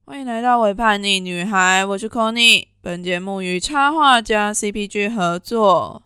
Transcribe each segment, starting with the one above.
欢迎来到伪叛逆女孩，我是 Connie。本节目与插画家 CPG 合作。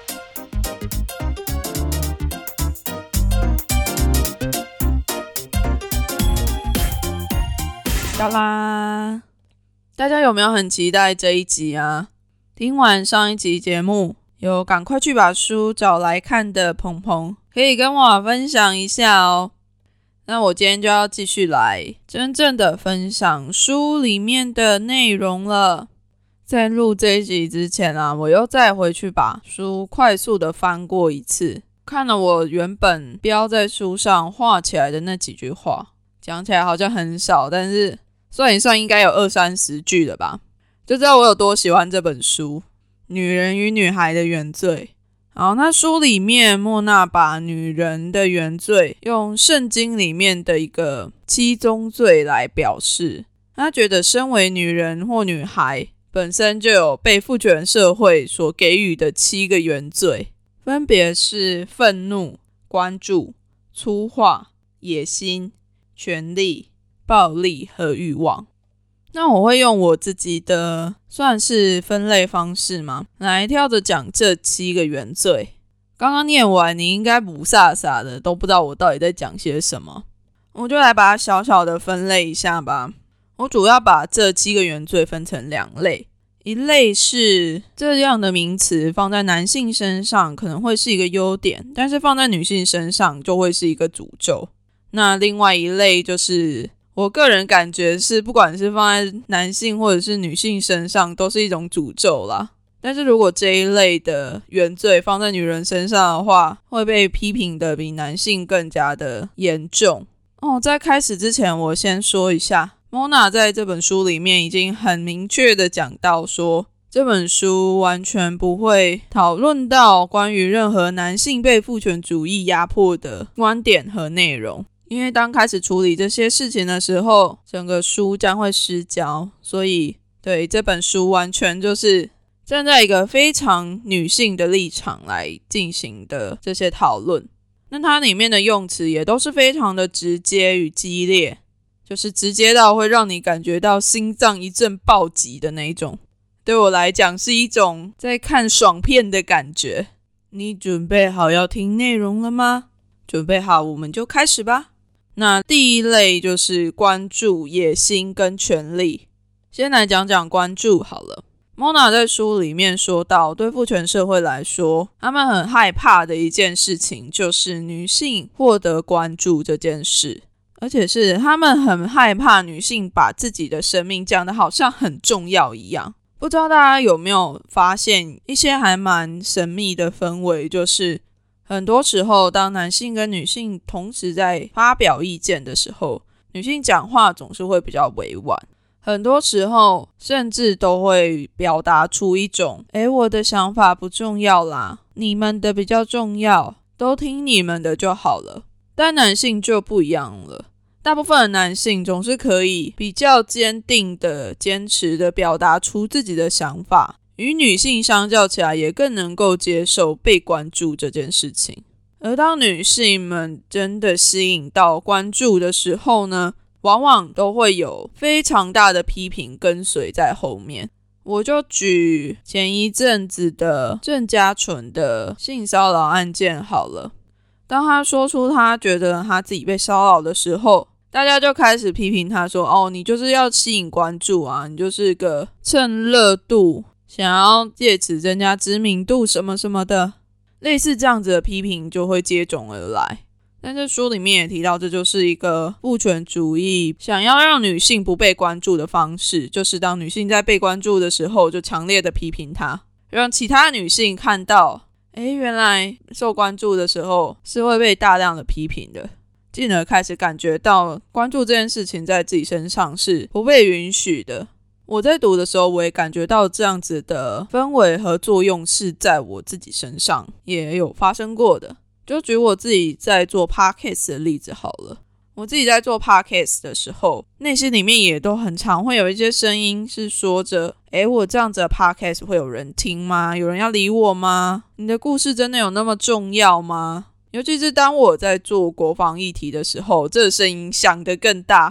好啦，大家有没有很期待这一集啊？听完上一集节目，有赶快去把书找来看的鹏鹏，可以跟我分享一下哦。那我今天就要继续来真正的分享书里面的内容了。在录这一集之前啊，我又再回去把书快速的翻过一次，看了我原本标在书上画起来的那几句话，讲起来好像很少，但是算一算应该有20-30句了吧，就知道我有多喜欢这本书《女人与女孩的原罪》。好，那书里面莫娜把女人的原罪用圣经里面的一个七宗罪来表示，她觉得身为女人或女孩本身就有被父权社会所给予的7个原罪，分别是愤怒、关注、粗话、野心、权力、暴力和欲望。那我会用我自己的算是分类方式嘛，来跳着讲这7个原罪。刚刚念完你应该不傻傻的都不知道我到底在讲些什么，我就来把它小小的分类一下吧。我主要把这7个原罪分成2类，一类是这样的名词放在男性身上可能会是一个优点，但是放在女性身上就会是一个诅咒。那另外一类就是我个人感觉是不管是放在男性或者是女性身上都是一种诅咒啦，但是如果这一类的原罪放在女人身上的话，会被批评的比男性更加的严重。在开始之前我先说一下，莫娜在这本书里面已经很明确的讲到说，这本书完全不会讨论到关于任何男性被父权主义压迫的观点和内容，因为当开始处理这些事情的时候，整个书将会失焦，所以对这本书完全就是站在一个非常女性的立场来进行的这些讨论。那它里面的用词也都是非常的直接与激烈，就是直接到会让你感觉到心脏一阵暴击的那一种。对我来讲是一种在看爽片的感觉。你准备好要听内容了吗？准备好，我们就开始吧。那第一类就是关注、野心跟权力。先来讲讲关注好了。莫娜在书里面说到，对父权社会来说，他们很害怕的一件事情就是女性获得关注这件事，而且是他们很害怕女性把自己的生命讲得好像很重要一样。不知道大家有没有发现一些还蛮神秘的氛围，就是很多时候当男性跟女性同时在发表意见的时候，女性讲话总是会比较委婉，很多时候甚至都会表达出一种我的想法不重要啦，你们的比较重要，都听你们的就好了。但男性就不一样了，大部分的男性总是可以比较坚定的坚持的表达出自己的想法，与女性相较起来也更能够接受被关注这件事情。而当女性们真的吸引到关注的时候呢，往往都会有非常大的批评跟随在后面。我就举前一阵子的郑家纯的性骚扰案件好了。当他说出他觉得他自己被骚扰的时候，大家就开始批评他说，你就是要吸引关注啊，你就是个趁热度想要借此增加知名度什么什么的，类似这样子的批评就会接踵而来。但是书里面也提到，这就是一个父权主义想要让女性不被关注的方式，就是当女性在被关注的时候就强烈的批评她，让其他女性看到原来受关注的时候是会被大量的批评的，进而开始感觉到关注这件事情在自己身上是不被允许的。我在读的时候我也感觉到这样子的氛围和作用是在我自己身上也有发生过的。就举我自己在做 podcast 的例子好了。我自己在做 podcast 的时候，内心里面也都很常会有一些声音是说着我这样子的 podcast 会有人听吗？有人要理我吗？你的故事真的有那么重要吗？尤其是当我在做国防议题的时候，这个声音响得更大。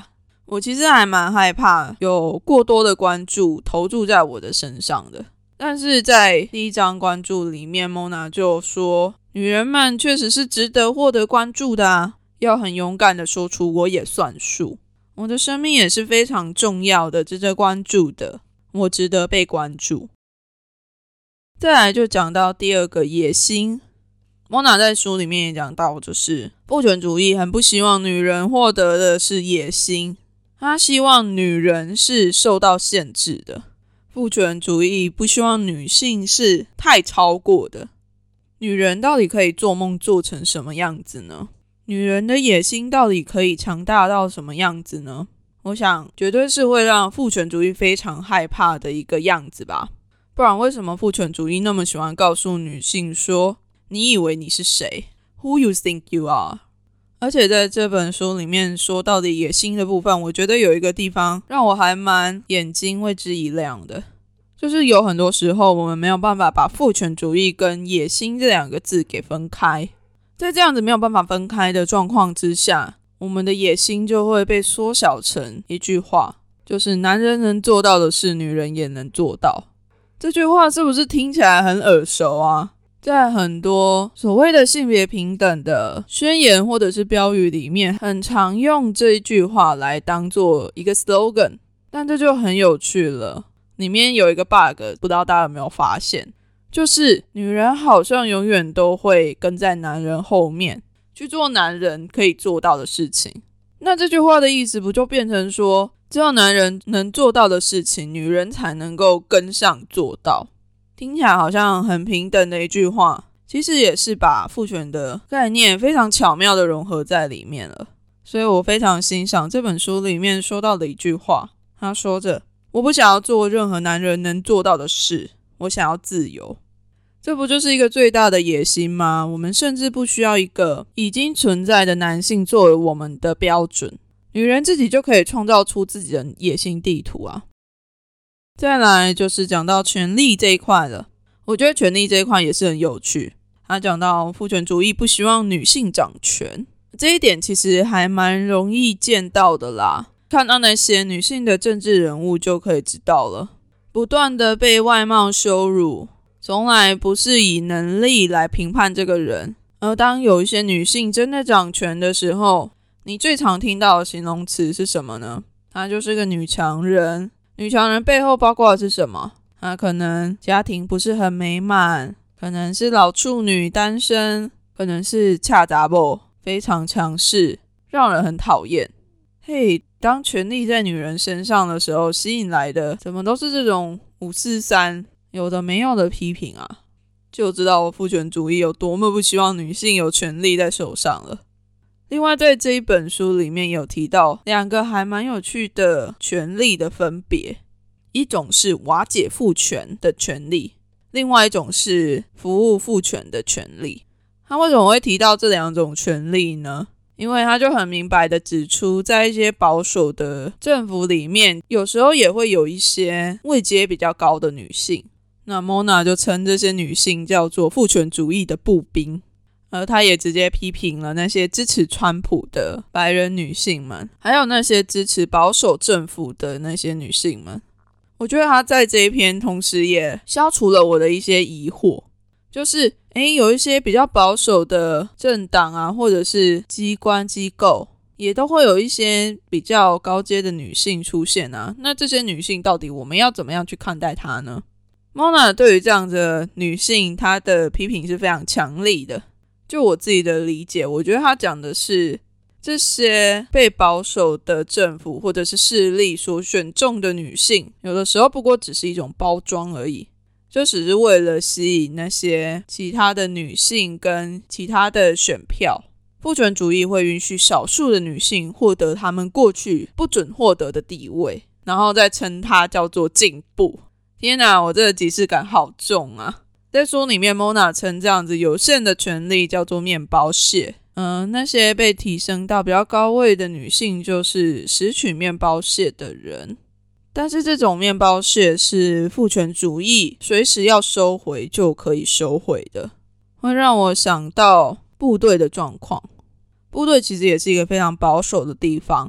我其实还蛮害怕有过多的关注投注在我的身上的。但是在第一章关注里面 Mona 就说，女人们确实是值得获得关注的啊，要很勇敢的说出我也算数，我的生命也是非常重要的，值得关注的，我值得被关注。再来就讲到第二个野心， Mona 在书里面也讲到，就是父权主义很不希望女人获得的是野心，他希望女人是受到限制的。父权主义不希望女性是太超过的。女人到底可以做梦做成什么样子呢？女人的野心到底可以强大到什么样子呢？我想绝对是会让父权主义非常害怕的一个样子吧。不然为什么父权主义那么喜欢告诉女性说，你以为你是谁？ Who you think you are？ 而且在这本书里面说到的野心的部分，我觉得有一个地方让我还蛮眼睛为之一亮的，就是有很多时候我们没有办法把父权主义跟野心这两个字给分开。在这样子没有办法分开的状况之下，我们的野心就会被缩小成一句话，就是男人能做到的事，女人也能做到。这句话是不是听起来很耳熟啊？在很多所谓的性别平等的宣言或者是标语里面，很常用这一句话来当做一个 slogan， 但这就很有趣了。里面有一个 bug， 不知道大家有没有发现，就是女人好像永远都会跟在男人后面去做男人可以做到的事情。那这句话的意思不就变成说，只有男人能做到的事情，女人才能够跟上做到？听起来好像很平等的一句话，其实也是把父权的概念非常巧妙的融合在里面了。所以我非常欣赏这本书里面说到的一句话，他说着，我不想要做任何男人能做到的事，我想要自由。这不就是一个最大的野心吗？我们甚至不需要一个已经存在的男性作为我们的标准，女人自己就可以创造出自己的野心地图啊。再来就是讲到权力这一块了，我觉得权力这一块也是很有趣。他讲到父权主义不希望女性掌权，这一点其实还蛮容易见到的啦，看到那些女性的政治人物就可以知道了，不断的被外貌羞辱，从来不是以能力来评判这个人，而当有一些女性真的掌权的时候，你最常听到的形容词是什么呢？她就是个女强人。女强人背后包括的是什么？她可能家庭不是很美满，可能是老处女单身，可能是恰杂某，非常强势，让人很讨厌。嘿，当权力在女人身上的时候，吸引来的怎么都是这种543有的没有的批评啊，就知道父权主义有多么不希望女性有权力在手上了。另外在这一本书里面有提到两个还蛮有趣的权利的分别，一种是瓦解父权的权利，另外一种是服务父权的权利。他为什么会提到这两种权利呢？因为他就很明白的指出，在一些保守的政府里面，有时候也会有一些位阶比较高的女性，那 Mona 就称这些女性叫做父权主义的步兵。而他也直接批评了那些支持川普的白人女性们，还有那些支持保守政府的那些女性们。我觉得他在这一篇同时也消除了我的一些疑惑，就是有一些比较保守的政党啊，或者是机关机构，也都会有一些比较高阶的女性出现啊。那这些女性到底我们要怎么样去看待她呢？ Mona 对于这样的女性，她的批评是非常强力的。就我自己的理解，我觉得他讲的是这些被保守的政府或者是势力所选中的女性，有的时候不过只是一种包装而已，就只是为了吸引那些其他的女性跟其他的选票。父权主义会允许少数的女性获得她们过去不准获得的地位，然后再称它叫做进步。天哪，我这个即视感好重啊。在书里面 Mona 称这样子有限的权利叫做面包屑，那些被提升到比较高位的女性就是拾取面包屑的人，但是这种面包屑是父权主义随时要收回就可以收回的，会让我想到部队的状况。部队其实也是一个非常保守的地方，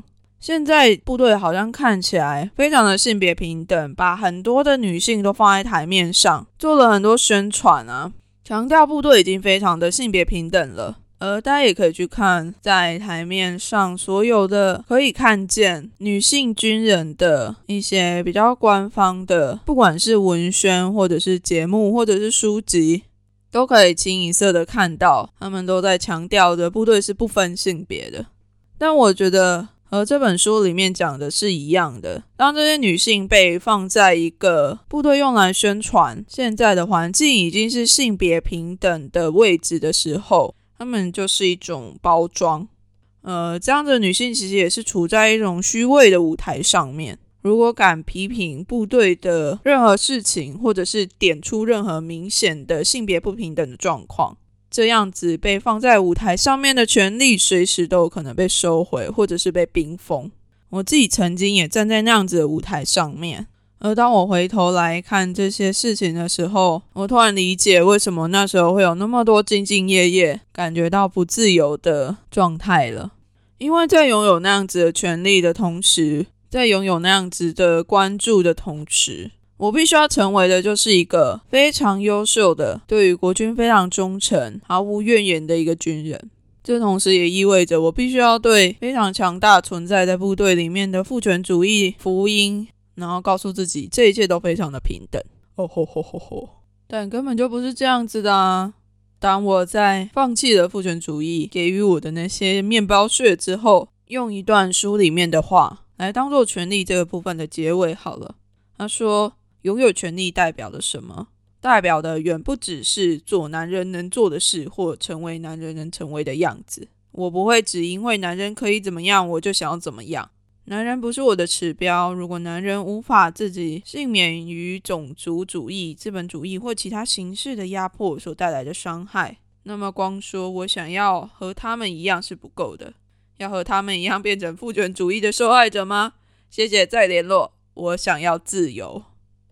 现在部队好像看起来非常的性别平等，把很多的女性都放在台面上，做了很多宣传啊，强调部队已经非常的性别平等了。大家也可以去看在台面上所有的可以看见女性军人的一些比较官方的，不管是文宣或者是节目或者是书籍，都可以清一色的看到他们都在强调的部队是不分性别的。但我觉得和这本书里面讲的是一样的，当这些女性被放在一个部队用来宣传现在的环境已经是性别平等的位置的时候，他们就是一种包装。这样的女性其实也是处在一种虚伪的舞台上面，如果敢批评部队的任何事情，或者是点出任何明显的性别不平等的状况，这样子被放在舞台上面的权利随时都有可能被收回，或者是被冰封。我自己曾经也站在那样子的舞台上面，而当我回头来看这些事情的时候，我突然理解为什么那时候会有那么多兢兢业业感觉到不自由的状态了。因为在拥有那样子的权利的同时，在拥有那样子的关注的同时，我必须要成为的就是一个非常优秀的，对于国军非常忠诚毫无怨言的一个军人。这同时也意味着我必须要对非常强大存在在部队里面的父权主义福音，然后告诉自己这一切都非常的平等。但根本就不是这样子的啊。当我在放弃了父权主义给予我的那些面包屑之后，用一段书里面的话来当做权力这个部分的结尾好了。他说，拥有权力代表了什么？代表的远不只是做男人能做的事，或成为男人能成为的样子。我不会只因为男人可以怎么样我就想要怎么样。男人不是我的指标，如果男人无法自己幸免于种族主义、资本主义或其他形式的压迫所带来的伤害，那么光说我想要和他们一样是不够的。要和他们一样变成父权主义的受害者吗？谢谢，再联络。我想要自由。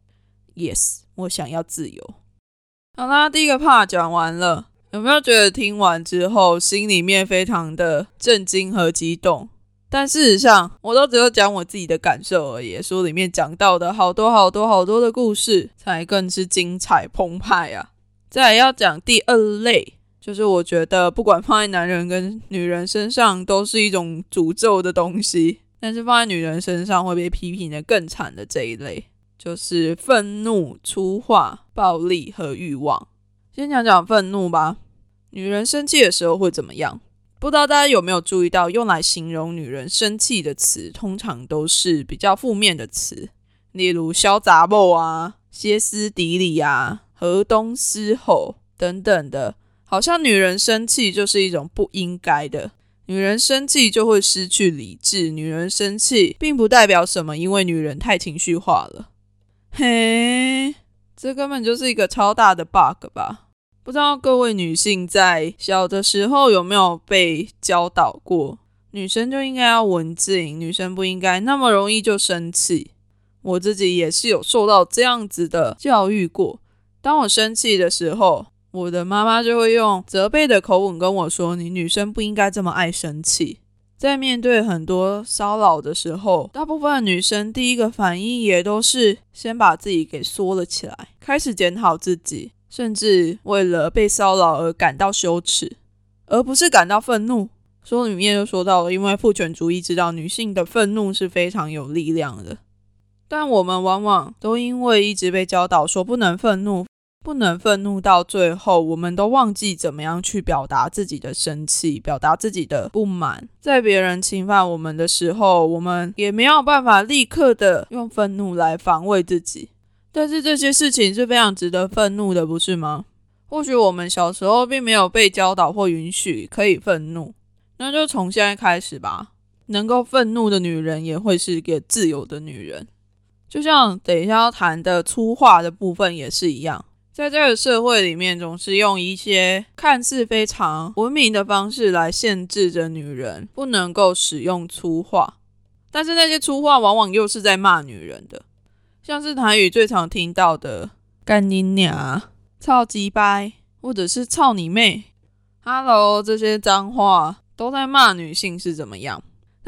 Yes， 我想要自由。好啦，第一个 part 讲完了，有没有觉得听完之后心里面非常的震惊和激动？但事实上我都只有讲我自己的感受而已，书里面讲到的好多的故事才更是精彩澎湃啊。再来要讲第二类，就是我觉得不管放在男人跟女人身上都是一种诅咒的东西，但是放在女人身上会被批评的更惨的这一类，就是愤怒、粗话、暴力和欲望。先讲讲愤怒吧。女人生气的时候会怎么样？不知道大家有没有注意到，用来形容女人生气的词通常都是比较负面的词，例如小杂某啊、歇斯底里啊、河东狮吼等等的，好像女人生气就是一种不应该的，女人生气就会失去理智，女人生气并不代表什么，因为女人太情绪化了。嘿，这根本就是一个超大的 bug 吧。不知道各位女性在小的时候有没有被教导过，女生就应该要文静，女生不应该那么容易就生气。我自己也是有受到这样子的教育过。当我生气的时候，我的妈妈就会用责备的口吻跟我说，你女生不应该这么爱生气。在面对很多骚扰的时候，大部分的女生第一个反应也都是先把自己给缩了起来，开始检讨自己，甚至为了被骚扰而感到羞耻，而不是感到愤怒。书里面就说到了，因为父权主义知道女性的愤怒是非常有力量的，但我们往往都因为一直被教导说不能愤怒，不能愤怒，到最后我们都忘记怎么样去表达自己的生气，表达自己的不满。在别人侵犯我们的时候，我们也没有办法立刻的用愤怒来防卫自己。但是这些事情是非常值得愤怒的，不是吗？或许我们小时候并没有被教导或允许可以愤怒，那就从现在开始吧。能够愤怒的女人也会是一个自由的女人。就像等一下要谈的粗话的部分也是一样，在这个社会里面总是用一些看似非常文明的方式来限制着女人不能够使用粗话，但是那些粗话往往又是在骂女人的，像是台语最常听到的干你娘、操鸡掰，或者是操你妹、Hello， 这些脏话都在骂女性是怎么样。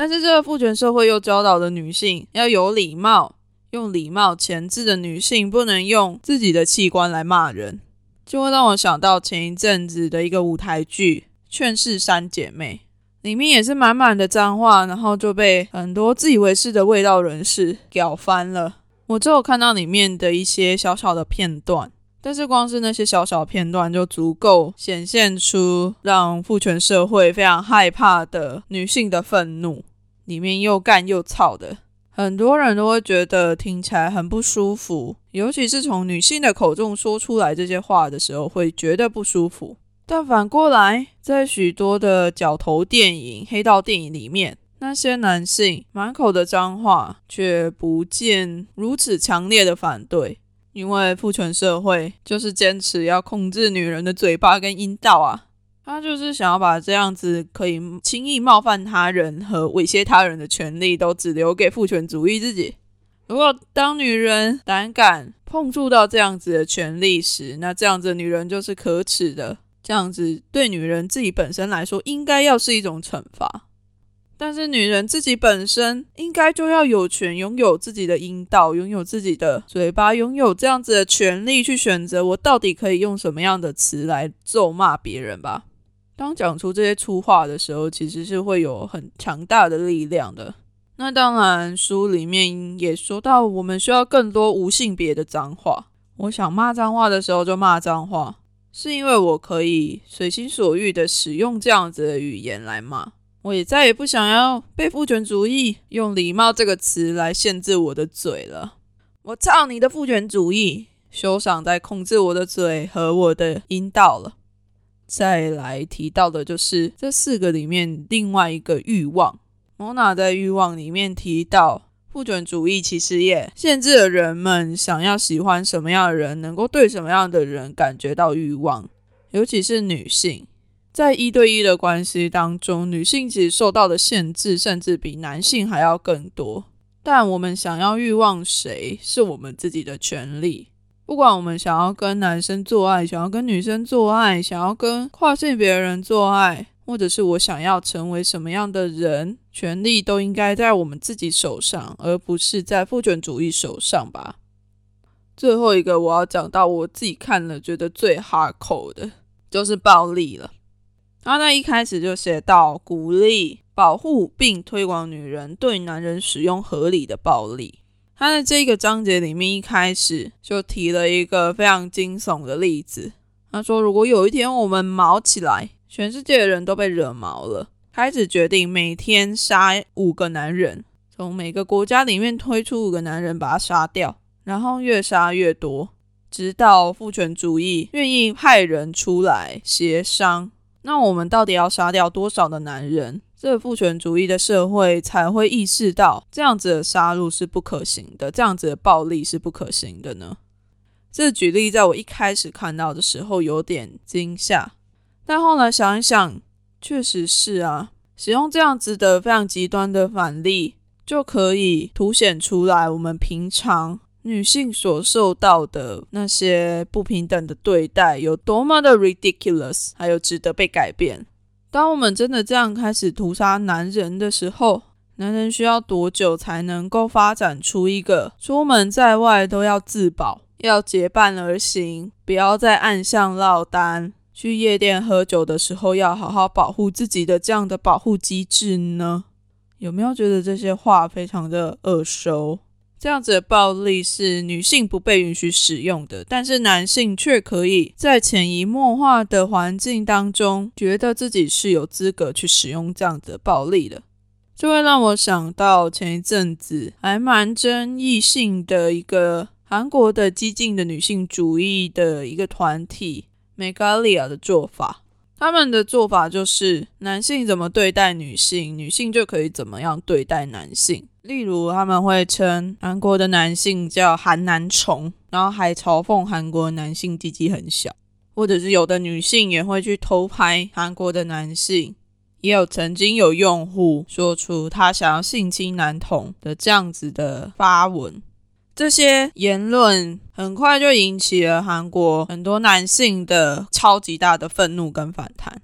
但是这个父权社会又教导了女性要有礼貌，用礼貌钳制的女性不能用自己的器官来骂人，就会让我想到前一阵子的一个舞台剧《劝世三姐妹》，里面也是满满的脏话，然后就被很多自以为是的卫道人士屌翻了。我只有看到里面的一些小小的片段，但是光是那些小小片段就足够显现出让父权社会非常害怕的女性的愤怒，里面又干又操的，很多人都会觉得听起来很不舒服，尤其是从女性的口中说出来这些话的时候会觉得不舒服。但反过来，在许多的角头电影、黑道电影里面，那些男性满口的脏话却不见如此强烈的反对，因为父权社会就是坚持要控制女人的嘴巴跟阴道啊，他就是想要把这样子可以轻易冒犯他人和猥亵他人的权利都只留给父权主义自己。如果当女人胆敢碰触到这样子的权利时，那这样子的女人就是可耻的，这样子对女人自己本身来说应该要是一种惩罚。但是女人自己本身应该就要有权拥有自己的阴道，拥有自己的嘴巴，拥有这样子的权利去选择我到底可以用什么样的词来咒骂别人吧。当讲出这些粗话的时候，其实是会有很强大的力量的。那当然书里面也说到我们需要更多无性别的脏话，我想骂脏话的时候就骂脏话，是因为我可以随心所欲的使用这样子的语言来骂，我也再也不想要被父权主义用礼貌这个词来限制我的嘴了。我操你的父权主义，休想再控制我的嘴和我的阴道了。再来提到的就是这4个里面另外一个欲望。Mona 在欲望里面提到，父权主义其实也限制了人们想要喜欢什么样的人，能够对什么样的人感觉到欲望，尤其是女性。在1对1的关系当中，女性其实受到的限制甚至比男性还要更多，但我们想要欲望谁是我们自己的权利。不管我们想要跟男生做爱，想要跟女生做爱，想要跟跨性别人做爱，或者是我想要成为什么样的人，权利都应该在我们自己手上，而不是在父权主义手上吧。最后一个我要讲到我自己看了觉得最 hardcore 的就是暴力了。他在一开始就写到鼓励、保护并推广女人对男人使用合理的暴力。他在这个章节里面一开始就提了一个非常惊悚的例子，他说如果有一天我们毛起来，全世界的人都被惹毛了，开始决定每天杀5个男人，从每个国家里面推出5个男人把他杀掉，然后越杀越多，直到父权主义愿意派人出来协商，那我们到底要杀掉多少的男人，这个父权主义的社会才会意识到这样子的杀戮是不可行的，这样子的暴力是不可行的呢？这举例在我一开始看到的时候有点惊吓，但后来想一想，确实是啊，使用这样子的非常极端的反例，就可以凸显出来我们平常女性所受到的那些不平等的对待有多么的 ridiculous， 还有值得被改变。当我们真的这样开始屠杀男人的时候，男人需要多久才能够发展出一个出门在外都要自保，要结伴而行，不要在暗巷落单，去夜店喝酒的时候要好好保护自己的这样的保护机制呢？有没有觉得这些话非常的耳熟？这样子的暴力是女性不被允许使用的，但是男性却可以在潜移默化的环境当中觉得自己是有资格去使用这样子的暴力的。这会让我想到前一阵子还蛮争议性的一个韩国的激进的女性主义的一个团体 Megalia 的做法。他们的做法就是男性怎么对待女性，女性就可以怎么样对待男性。例如他们会称韩国的男性叫韩男虫，然后还嘲讽韩国的男性鸡鸡很小，或者是有的女性也会去偷拍韩国的男性，也有曾经有用户说出他想要性侵男童的这样子的发文。这些言论很快就引起了韩国很多男性的超级大的愤怒跟反弹。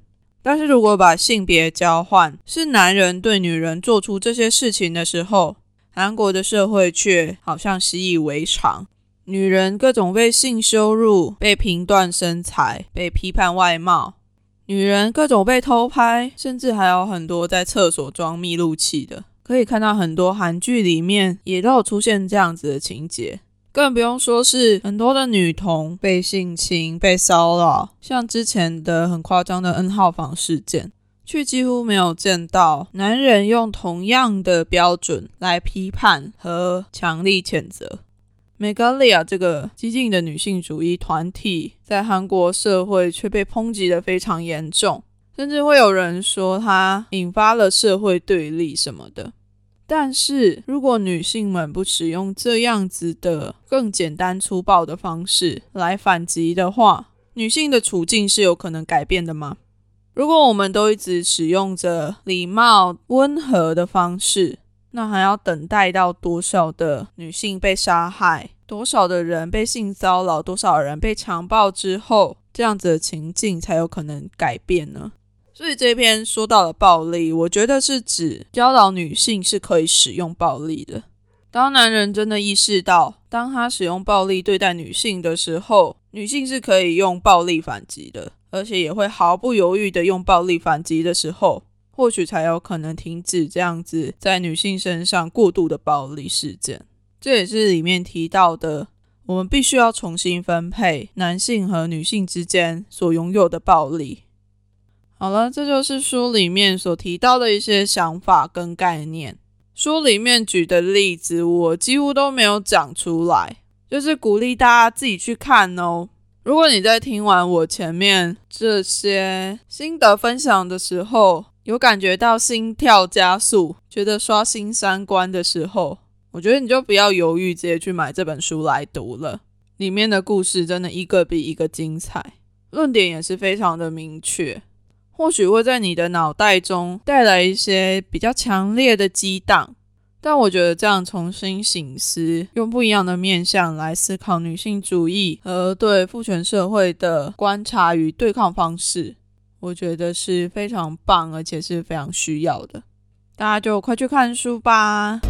但是如果把性别交换，是男人对女人做出这些事情的时候，韩国的社会却好像习以为常。女人各种被性羞辱，被评断身材，被批判外貌，女人各种被偷拍，甚至还有很多在厕所装密录器的。可以看到很多韩剧里面也都有出现这样子的情节，更不用说是很多的女童被性侵、被骚扰，像之前的很夸张的 N 号房事件，却几乎没有见到男人用同样的标准来批判和强力谴责。Megalia 这个激进的女性主义团体在韩国社会却被抨击得非常严重，甚至会有人说它引发了社会对立什么的。但是如果女性们不使用这样子的更简单粗暴的方式来反击的话，女性的处境是有可能改变的吗？如果我们都一直使用着礼貌温和的方式，那还要等待到多少的女性被杀害，多少的人被性骚扰，多少人被强暴之后，这样子的情境才有可能改变呢？所以这篇说到了暴力，我觉得是指教导女性是可以使用暴力的。当男人真的意识到，当他使用暴力对待女性的时候，女性是可以用暴力反击的，而且也会毫不犹豫的用暴力反击的时候，或许才有可能停止这样子在女性身上过度的暴力事件。这也是里面提到的，我们必须要重新分配男性和女性之间所拥有的暴力。好了，这就是书里面所提到的一些想法跟概念。书里面举的例子我几乎都没有讲出来，就是鼓励大家自己去看哦。如果你在听完我前面这些心得分享的时候，有感觉到心跳加速，觉得刷新三观的时候，我觉得你就不要犹豫，直接去买这本书来读了。里面的故事真的一个比一个精彩，论点也是非常的明确，或许会在你的脑袋中带来一些比较强烈的激荡，但我觉得这样重新省思，用不一样的面向来思考女性主义和对父权社会的观察与对抗方式，我觉得是非常棒，而且是非常需要的。大家就快去看书吧。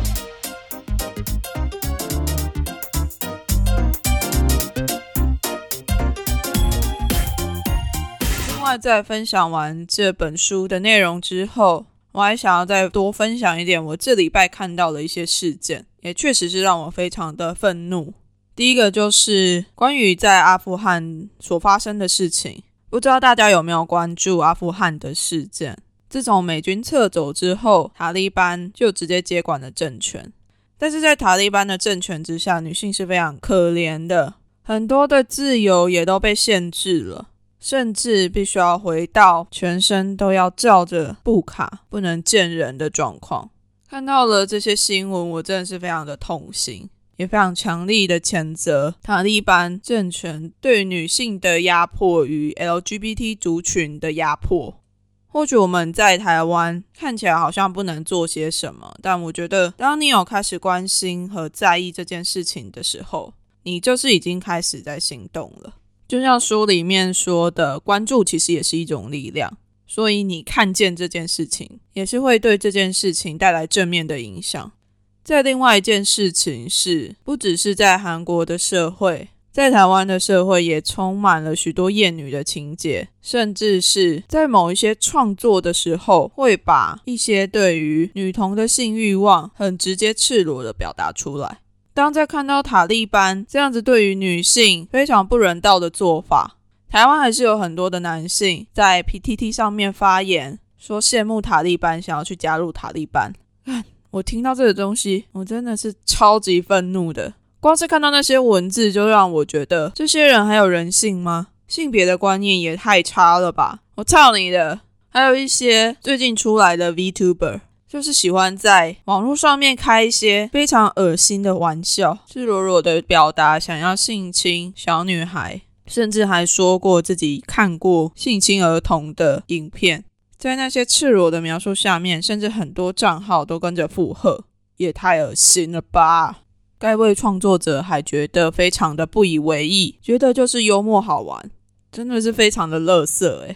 另外在分享完这本书的内容之后，我还想要再多分享一点我这礼拜看到的一些事件，也确实是让我非常的愤怒。第一个就是关于在阿富汗所发生的事情，不知道大家有没有关注阿富汗的事件。自从美军撤走之后，塔利班就直接接管了政权，但是在塔利班的政权之下，女性是非常可怜的，很多的自由也都被限制了，甚至必须要回到全身都要罩着布卡不能见人的状况。看到了这些新闻，我真的是非常的痛心，也非常强力的谴责塔利班政权对于女性的压迫与 LGBT 族群的压迫。或许我们在台湾看起来好像不能做些什么，但我觉得当你有开始关心和在意这件事情的时候，你就是已经开始在行动了。就像书里面说的，关注其实也是一种力量，所以你看见这件事情也是会对这件事情带来正面的影响。再另外一件事情是，不只是在韩国的社会，在台湾的社会也充满了许多厌女的情节，甚至是在某一些创作的时候会把一些对于女童的性欲望很直接赤裸的表达出来。当在看到塔利班这样子对于女性非常不人道的做法，台湾还是有很多的男性在 PTT 上面发言，说羡慕塔利班，想要去加入塔利班。我听到这个东西，我真的是超级愤怒的。光是看到那些文字就让我觉得，这些人还有人性吗？性别的观念也太差了吧，我操你的！还有一些最近出来的 VTuber， 就是喜欢在网络上面开一些非常恶心的玩笑，赤裸裸的表达想要性侵小女孩，甚至还说过自己看过性侵儿童的影片。在那些赤裸的描述下面，甚至很多账号都跟着附和，也太恶心了吧。该位创作者还觉得非常的不以为意，觉得就是幽默好玩，真的是非常的垃圾。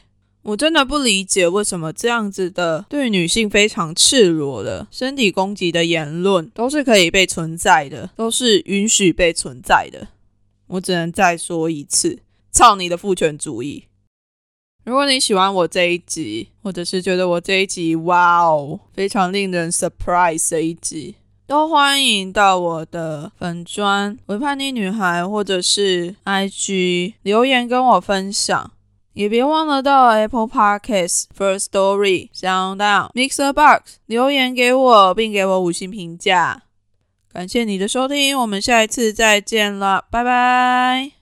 我真的不理解为什么这样子的对女性非常赤裸的身体攻击的言论都是可以被存在的，都是允许被存在的。我只能再说一次，操你的父权主义！如果你喜欢我这一集，或者是觉得我这一集哇哦非常令人 surprise 的一集，都欢迎到我的粉专为叛逆女孩或者是 IG 留言跟我分享，也别忘了到 Apple Podcast、Firstory、SoundOn、Mixerbox 留言给我，并给我5星评价。感谢你的收听，我们下一次再见了，拜拜。